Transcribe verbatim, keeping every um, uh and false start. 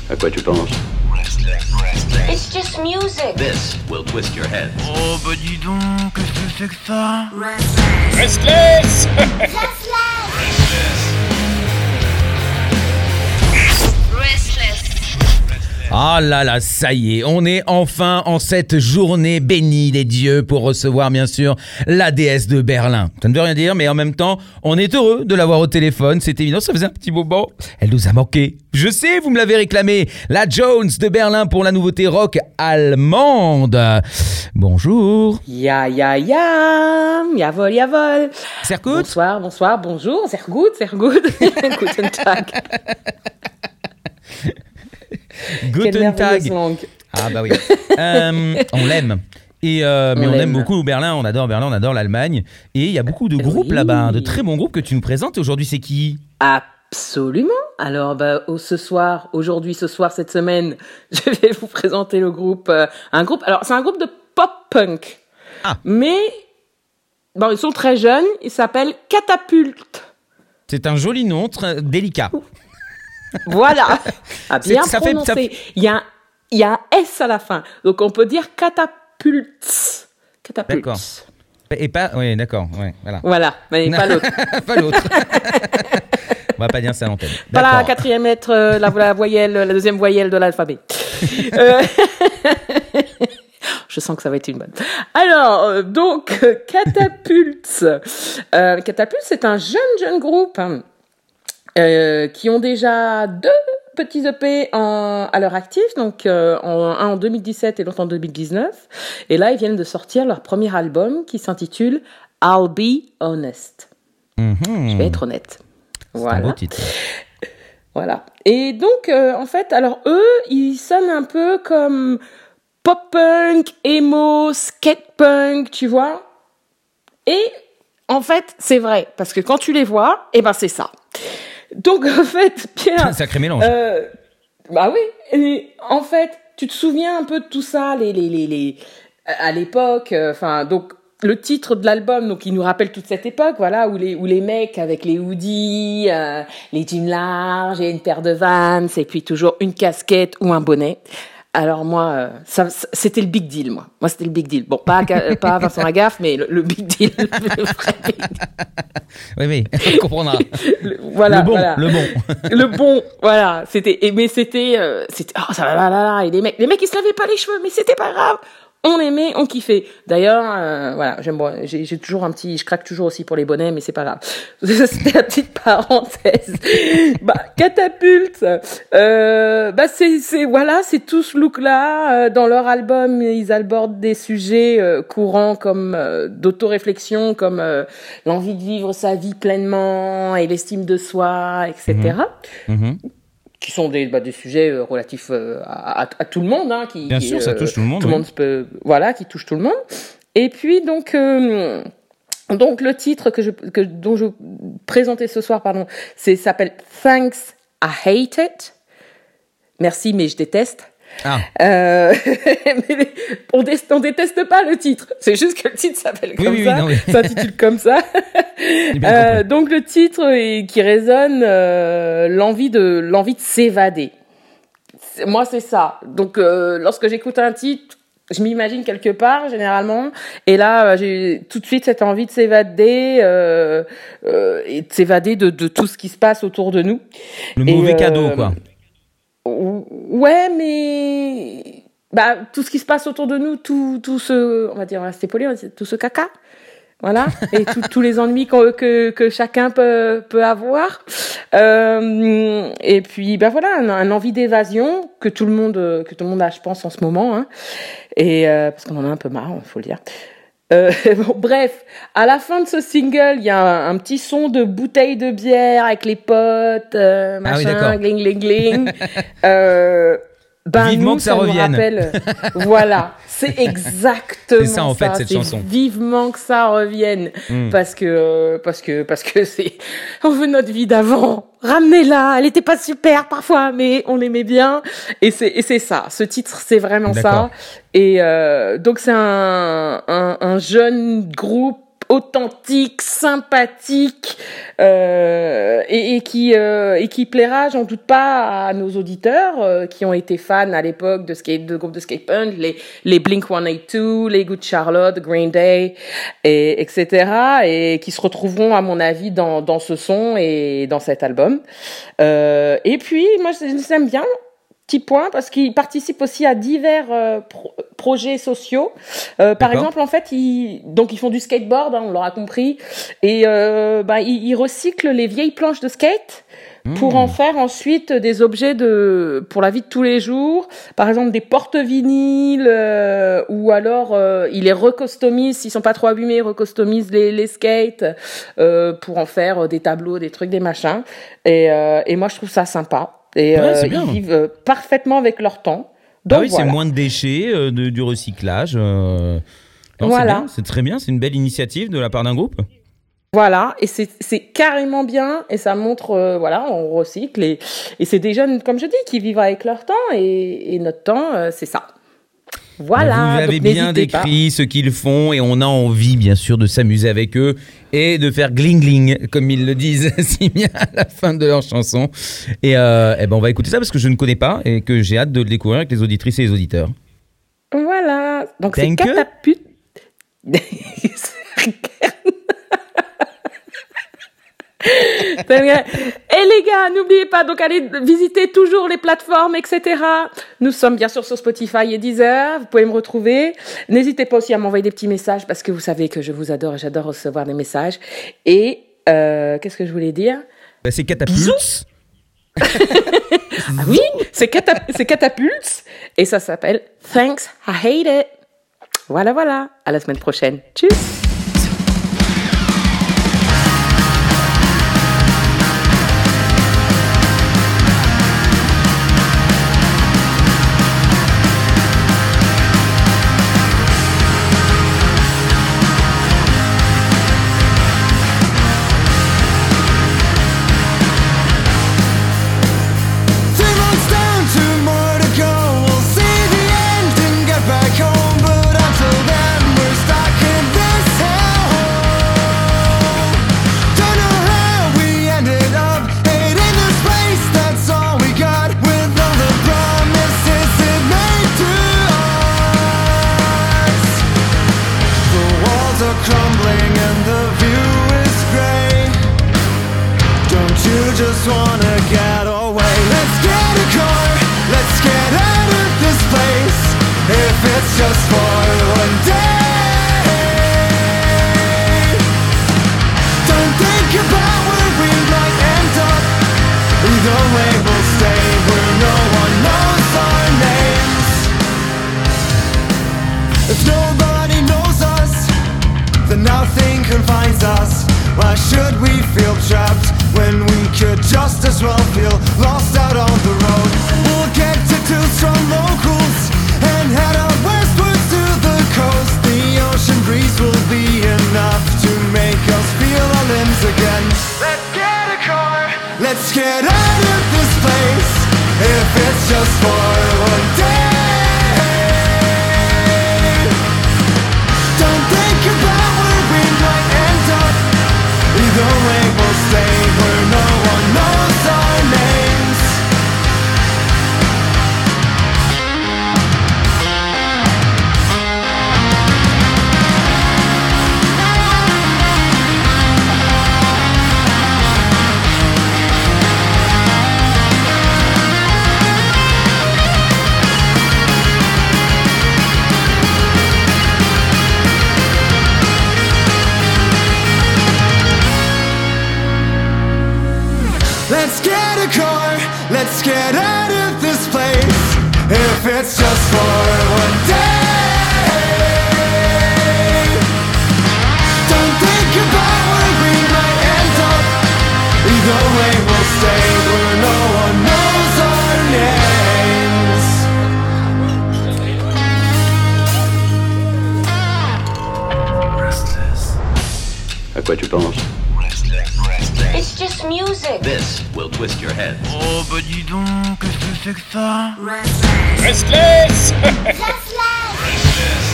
À quoi tu penses? It's just music. This will twist your head. Oh bah dis donc, qu'est-ce que c'est que ça? Restless. Ah là là, ça y est, on est enfin en cette journée bénie des dieux pour recevoir bien sûr la déesse de Berlin. Ça ne veut rien dire, mais en même temps, on est heureux de l'avoir au téléphone, c'est évident, ça faisait un petit moment. Elle nous a manqué. Je sais, vous me l'avez réclamé, la Jones de Berlin pour la nouveauté rock allemande. Bonjour. Ya, ya, ya, jawohl, jawohl. Sehr gut. Bonsoir, bonsoir, bonjour, sehr gut, sehr gut. Guten Tag. Guten Tag. Langue. Ah bah oui. euh, on l'aime. Et euh, mais on, on aime beaucoup Berlin, on adore Berlin, on adore l'Allemagne. Et il y a beaucoup de groupes oui. là-bas, de très bons groupes que tu nous présentes. Aujourd'hui, c'est qui ? Absolument. Alors, bah, oh, ce soir, aujourd'hui, ce soir, cette semaine, je vais vous présenter le groupe. Euh, un groupe. Alors, c'est un groupe de pop-punk. Ah. Mais bon, ils sont très jeunes. Ils s'appellent Catapulte. C'est un joli nom, très délicat. Voilà, à bien ça prononcer. Fait, ça... Il, y a un, il y a un S à la fin, donc on peut dire catapulte. Catapulte. D'accord. Et pas, oui, d'accord, ouais, voilà. Voilà, mais pas l'autre. Pas l'autre. On va pas dire ça à l'antenne. Pas la quatrième lettre, euh, la, la voyelle, la deuxième voyelle de l'alphabet. euh... Je sens que ça va être une bonne. Alors, euh, donc, Catapulte. Euh, Catapulte, c'est un jeune, jeune groupe. Hein. Euh, qui ont déjà deux petits E P en, à leur actif, donc euh, en, un en deux mille dix-sept et l'autre en deux mille dix-neuf. Et là, ils viennent de sortir leur premier album qui s'intitule I'll Be Honest. Mm-hmm. Je vais être honnête. C'est voilà. un beau titre. Voilà. Et donc, euh, en fait, alors eux, ils sonnent un peu comme pop-punk, emo, skate-punk, tu vois. Et en fait, c'est vrai, parce que quand tu les vois, eh ben c'est ça. Donc, en fait, Pierre... Un sacré mélange. Euh, bah oui. Et en fait, tu te souviens un peu de tout ça, les, les, les, les, à l'époque, enfin, euh, donc, le titre de l'album, donc, il nous rappelle toute cette époque, voilà, où les, où les mecs avec les hoodies, euh, les jeans larges et une paire de Vans, et puis toujours une casquette ou un bonnet. Alors moi, euh, ça, c'était le big deal, moi. Moi, c'était le big deal. Bon, pas, pas Vincent Lagaffe, mais le, le big deal. Le vrai big deal. Oui, oui, on comprendra. Le, voilà, le bon, voilà. le bon. Le bon, voilà. C'était, mais c'était, euh, c'était, oh, ça va, là, là, là. Et les mecs, les mecs, ils se lavaient pas les cheveux, mais c'était pas grave. On aimait, on kiffait. D'ailleurs, euh, voilà, j'aime bon, j'ai, j'ai toujours un petit, je craque toujours aussi pour les bonnets, mais c'est pas grave. C'était la petite parenthèse. Bah, Catapulte, euh, bah c'est, c'est, voilà, c'est tout ce look-là. Euh, dans leur album, ils abordent des sujets euh, courants comme euh, d'autoréflexion, comme euh, l'envie de vivre sa vie pleinement et l'estime de soi, et cetera. Mmh. Mmh. Qui sont des, bah, des sujets euh, relatifs euh, à, à, à tout le monde, hein, qui, bien qui, sûr, euh, ça touche tout le monde. Tout oui. le monde peut, voilà, qui touche tout le monde. Et puis donc, euh, donc le titre que je, que dont je présentais ce soir, pardon, c'est s'appelle Thanks I Hate It. Merci, mais je déteste. Ah. Euh, mais on, dé- on déteste pas le titre, c'est juste que le titre s'appelle oui, comme oui, ça, oui, non, oui. s'intitule comme ça. euh, donc le titre est, qui résonne euh, l'envie de l'envie de s'évader. C'est, moi c'est ça. Donc euh, lorsque j'écoute un titre, je m'imagine quelque part généralement, et là j'ai tout de suite cette envie de s'évader euh, euh, et de s'évader de, de tout ce qui se passe autour de nous. Le mauvais et, cadeau euh, quoi. Ouais, mais bah tout ce qui se passe autour de nous, tout tout ce, on va dire, c'est poli, tout ce caca, voilà, et tous les ennuis que, que que chacun peut peut avoir. Euh, et puis bah voilà, un, un envie d'évasion que tout le monde que tout le monde a, je pense, en ce moment, hein. Et euh, parce qu'on en a un peu marre, il faut le dire. Euh, bon, bref, à la fin de ce single, il y a un, un petit son de bouteille de bière avec les potes, euh, machin, ah oui, gling, gling, gling. euh, ben vivement nous, que ça, ça revienne. Nous rappelle, voilà, c'est exactement c'est ça en fait ça, cette c'est chanson. Vivement que ça revienne, mm. parce que parce que parce que c'est, on veut notre vie d'avant. Ramenez-la, elle était pas super parfois, mais on l'aimait bien. Et c'est et c'est ça. Ce titre, c'est vraiment D'accord. ça. Et euh, donc c'est un, un un jeune groupe authentique, sympathique euh, et, et qui euh, et qui plaira, j'en doute pas, à nos auditeurs euh, qui ont été fans à l'époque de skate, de groupe de skate punk, les les Blink one eighty-two, les Good Charlotte, Green Day, et etc. et qui se retrouveront à mon avis dans dans ce son et dans cet album. Euh, et puis moi j'aime bien. Petit point, parce qu'ils participent aussi à divers euh, pro- projets sociaux. Euh, par exemple, en fait, ils donc ils font du skateboard, hein, on l'aura compris, et euh, bah ils, ils recyclent les vieilles planches de skate mmh. pour en faire ensuite des objets de pour la vie de tous les jours. Par exemple, des porte-vinyles, euh, ou alors euh, ils les recustomisent, s'ils sont pas trop abîmés, ils recustomisent les les skates euh, pour en faire des tableaux, des trucs, des machins. Et euh, et moi, je trouve ça sympa. Et ouais, euh, ils vivent euh, parfaitement avec leur temps. Donc, ah oui, voilà. C'est moins de déchets, euh, de, du recyclage. Euh... Non, voilà. C'est bien, c'est très bien, c'est une belle initiative de la part d'un groupe. Voilà, et c'est, c'est carrément bien, et ça montre, euh, voilà, on recycle, et, et c'est des jeunes, comme je dis, qui vivent avec leur temps, et, et notre temps, euh, c'est ça. Voilà. Vous avez donc, bien décrit pas. ce qu'ils font et on a envie bien sûr de s'amuser avec eux et de faire gling gling comme ils le disent si bien à la fin de leur chanson. Et, euh, et ben on va écouter ça parce que je ne connais pas et que j'ai hâte de le découvrir avec les auditrices et les auditeurs. Voilà. Donc Thank c'est Catapult. Et les gars, n'oubliez pas, donc allez visiter toujours les plateformes, et cetera. Nous sommes bien sûr sur Spotify et Deezer. Vous pouvez me retrouver. N'hésitez pas aussi à m'envoyer des petits messages parce que vous savez que je vous adore et j'adore recevoir des messages. Et euh, qu'est-ce que je voulais dire ? Bah, c'est Catapults. Ah oui, c'est, catap- c'est Catapults et ça s'appelle Thanks, I Hate It. Voilà, voilà. À la semaine prochaine. Tchuss. Just wanna get away. Let's get a car. Let's get out of this place. If it's just for one day. Don't think about where we might end up. Either way we'll stay where no one knows our names. If nobody knows us, then nothing confines us. Why should we feel trapped when we could just as well feel lost out on the road? We'll get tattoos from locals and head out westwards to the coast. The ocean breeze will be enough to make us feel our limbs again. Let's get a car. Let's get out of this place. If it's just for one day. Don't think about where we might end up. Either way we'll stay where no one knows our names. Let's get a car, let's get out of this place. If it's just for one day. Don't think about where we might end up. Either way we'll stay where no one knows our names. Restless. À quoi tu penses? It's just music. This will twist your head. Oh bah dis donc, qu'est-ce que c'est que ça? Restless. Restless.